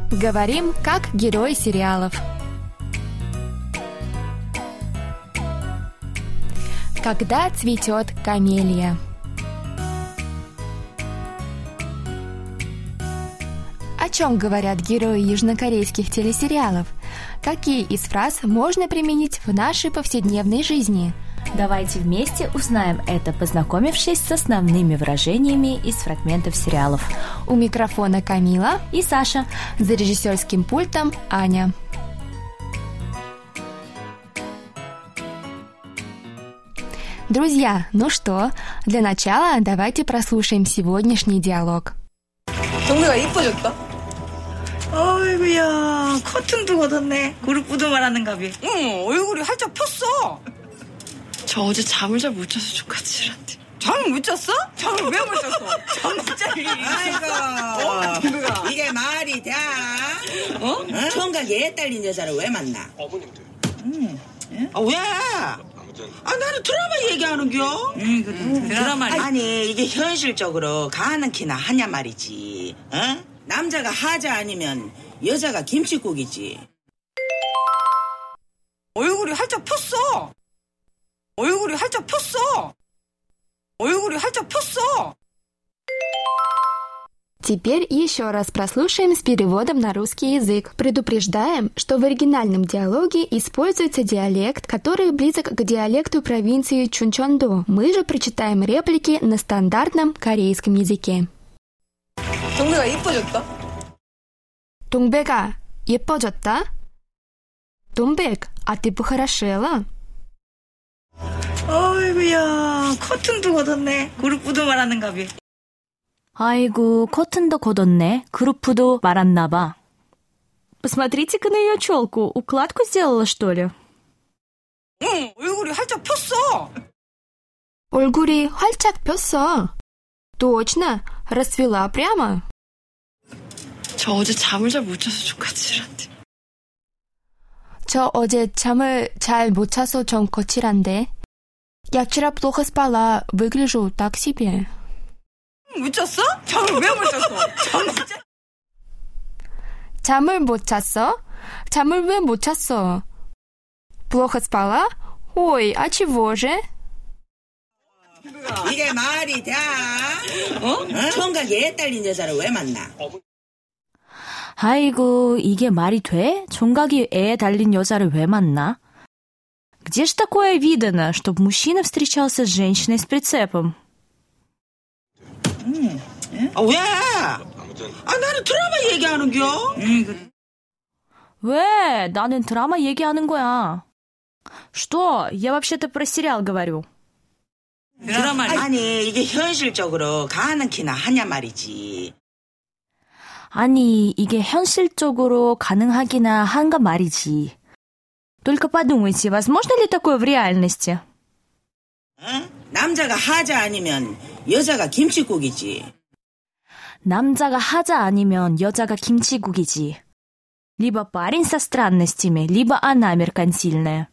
Говорим, как герои сериалов. Когда цветет камелия. О чем говорят герои южнокорейских телесериалов? Какие из фраз можно применить в нашей повседневной жизни? Давайте вместе узнаем это, познакомившись с основными выражениями из фрагментов сериалов. У микрофона Камила и Саша. За режиссерским пультом Аня. Друзья, ну что, для начала давайте прослушаем сегодняшний диалог. 동네가 이뻐졌다. 어이구야, 커튼도 걷었네. 그룹부도 말하는가비. 응, 얼굴이 활짝 폈어. 저 어제 잠을 잘 못 자서 족같이란데. 잠을 못 잤어? 잠을 왜 못 잤어? 잠자리. 아이고, 이게 말이 돼? 어? 총각 얘 딸린 여자를 왜 만나? 어머님들. 아, 왜? 아, 나는 드라마 얘기하는겨. 드라마. 아니, 이게 현실적으로 가는 키나 하냐 말이지. 어? 남자가 하자 아니면 여자가 김칫국이지. 얼굴이 활짝 폈어. 얼굴이 활짝 폈어. 얼굴이 활짝 폈어. Теперь еще раз прослушаем с переводом на русский язык. Предупреждаем, что в оригинальном диалоге используется диалект, который близок к диалекту провинции Чунчондо. Мы же прочитаем реплики на стандартном корейском языке. 동네가 이뻐졌다. 동배가 예뻐졌다? 동백, а ты похорошела? 어이구야, 커튼도 걷었네. 그룹부도 말하는가비. 아이고, 커튼도 걷었네. 그루프도 말았나봐. Посмотрите-ка на ее челку. Укладку сделала, что ли? 응, 얼굴이 활짝 폈어. 얼굴이 활짝 폈어. Точно, расцвела прямо. 저 어제 잠을 잘 못 자서 족같이란데. 저 어제 잠을 잘 못 자서 좀 거칠한데. Я вчера плохо спала, выгляжу так себе. 못 잤어? 잠을 왜 못 잤어? 잠을 못 잤어? 잠을 왜 못 잤어? Плохо спала? Ой, а чего же? 이게 말이 돼? 어? 총각 얘 딸린 여자를 왜 만나? 아이고, 이게 말이 돼? 총각이 애 달린 여자를 왜 만나? Где ж такое видано, чтобы мужчина встречался с женщиной с прицепом? 아, 왜? 아, 나는 드라마 얘기하는겨. 왜? 나는 드라마 얘기하는 거야. Что? Я вообще-то про сериал говорю. 드라마. 아니, 이게 현실적으로 가는 키나 하냐 말이지. 아니, 이게 현실적으로 가능하기나 한가 말이지. Только подумайте, возможно ли такое в реальности? 어? 남자가 하자 아니면 여자가 김칫국이지. 남자가 하자 아니면 여자가 김치국이지. Либо парень со странностями, либо она меркантильная.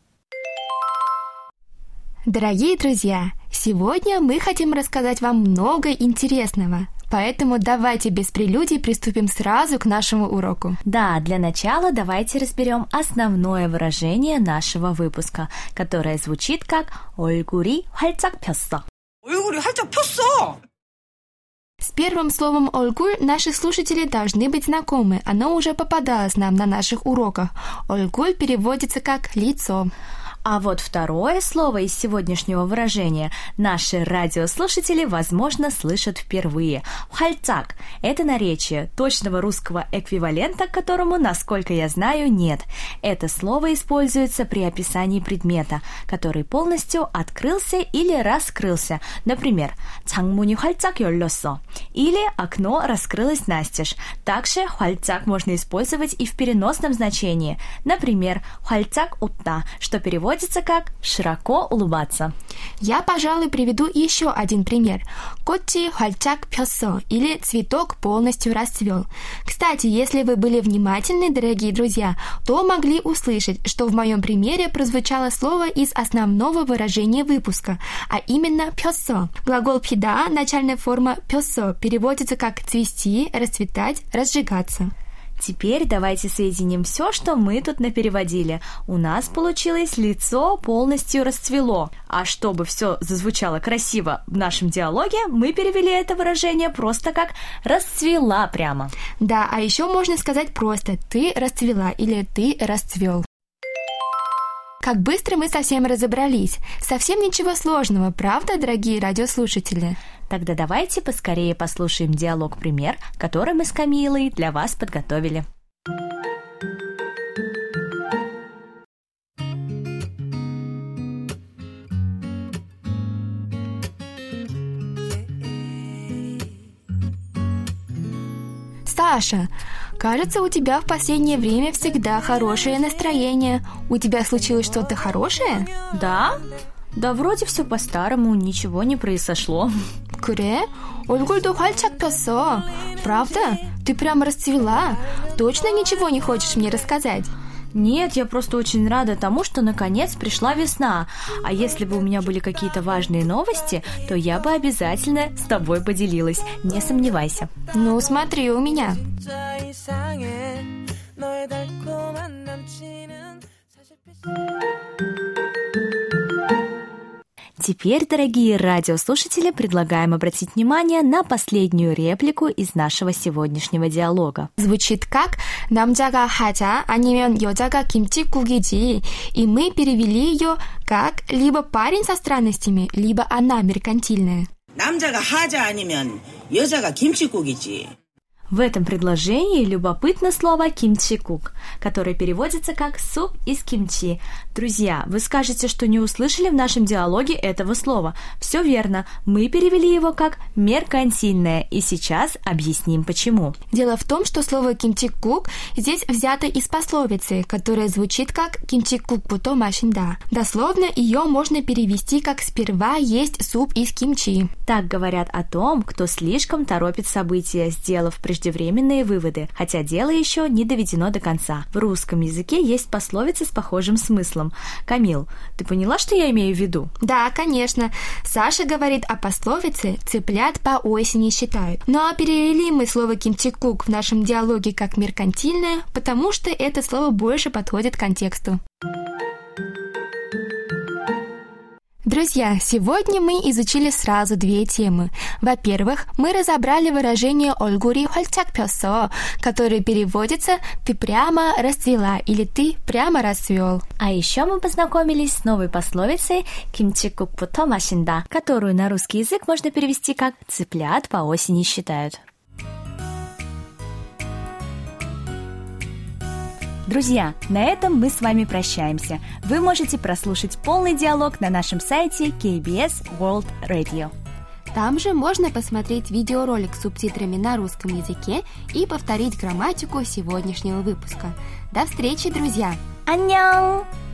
Дорогие друзья, сегодня мы хотим рассказать вам много интересного. Поэтому давайте без прелюдий приступим сразу к нашему уроку. Да, для начала давайте разберем основное выражение нашего выпуска, которое звучит как 얼굴이 활짝 폈어. 얼굴이 활짝 폈어. С первым словом «얼굴» наши слушатели должны быть знакомы. Оно уже попадалось нам на наших уроках. «얼굴» переводится как «лицо». А вот второе слово из сегодняшнего выражения наши радиослушатели, возможно, слышат впервые. Хальцак – это наречие, точного русского эквивалента, к которому, насколько я знаю, нет. Это слово используется при описании предмета, который полностью открылся или раскрылся. Например, 창문이 활짝 열렸어 или окно раскрылось настежь. Также 활짝 можно использовать и в переносном значении. Например, 활짝 웃다, что переводится как «широко улыбаться». Я, пожалуй, приведу еще один пример. 꽃이 활짝 폈어 или цветок полностью расцвел. Кстати, если вы были внимательны, дорогие друзья, то могли услышать, что в моем примере прозвучало слово из основного выражения выпуска, а именно 폈어. Глагол пида, начальная форма 폈어, переводится как цвести, расцветать, разжигаться. Теперь давайте соединим все, что мы тут напереводили. У нас получилось «лицо полностью расцвело». А чтобы все зазвучало красиво в нашем диалоге, мы перевели это выражение просто как «расцвела» прямо. Да, а еще можно сказать просто «ты расцвела» или «ты расцвел». Как быстро мы совсем разобрались. Совсем ничего сложного, правда, дорогие радиослушатели? Тогда давайте поскорее послушаем диалог-пример, который мы с Камилой для вас подготовили. Саша, кажется, у тебя в последнее время всегда хорошее настроение. У тебя случилось что-то хорошее? Да? Да вроде все по-старому, ничего не произошло. 그래? 얼굴도 활짝 폈어. Правда? Ты прямо расцвела? Точно ничего не хочешь мне рассказать? Нет, я просто очень рада тому, что наконец пришла весна. А если бы у меня были какие-то важные новости, то я бы обязательно с тобой поделилась. Не сомневайся. Ну, смотри у меня. Теперь, дорогие радиослушатели, предлагаем обратить внимание на последнюю реплику из нашего сегодняшнего диалога. Звучит как «남자가 하자 아니면 여자가 김치국이지». И мы перевели ее как либо парень со странностями, либо она меркантильная. 남자가 하자 아니면 여자가 김치국이지. В этом предложении любопытно слово «кимчи-кук», которое переводится как «суп из кимчи». Друзья, вы скажете, что не услышали в нашем диалоге этого слова. Все верно, мы перевели его как «меркантильное», и сейчас объясним почему. Дело в том, что слово «кимчи-кук» здесь взято из пословицы, которая звучит как «кимчи-кук부터 마신다». Дословно ее можно перевести как «сперва есть суп из кимчи». Так говорят о том, кто слишком торопит события, сделав преждевременные выводы, хотя дело еще не доведено до конца. В русском языке есть пословицы с похожим смыслом. Камил, ты поняла, что я имею в виду? Да, конечно. Саша говорит о пословице «цыплят по осени считают». Ну а перевели мы слово «кимчи-кук» в нашем диалоге как «меркантильное», потому что это слово больше подходит к контексту. Друзья, сегодня мы изучили сразу две темы. Во-первых, мы разобрали выражение «얼굴이 활짝 폈어», которое переводится «ты прямо расцвела» или «ты прямо расцвел». А еще мы познакомились с новой пословицей «김치국부터 마신다», которую на русский язык можно перевести как «цыплят по осени считают». Друзья, на этом мы с вами прощаемся. Вы можете прослушать полный диалог на нашем сайте KBS World Radio. Там же можно посмотреть видеоролик с субтитрами на русском языке и повторить грамматику сегодняшнего выпуска. До встречи, друзья! 안녕!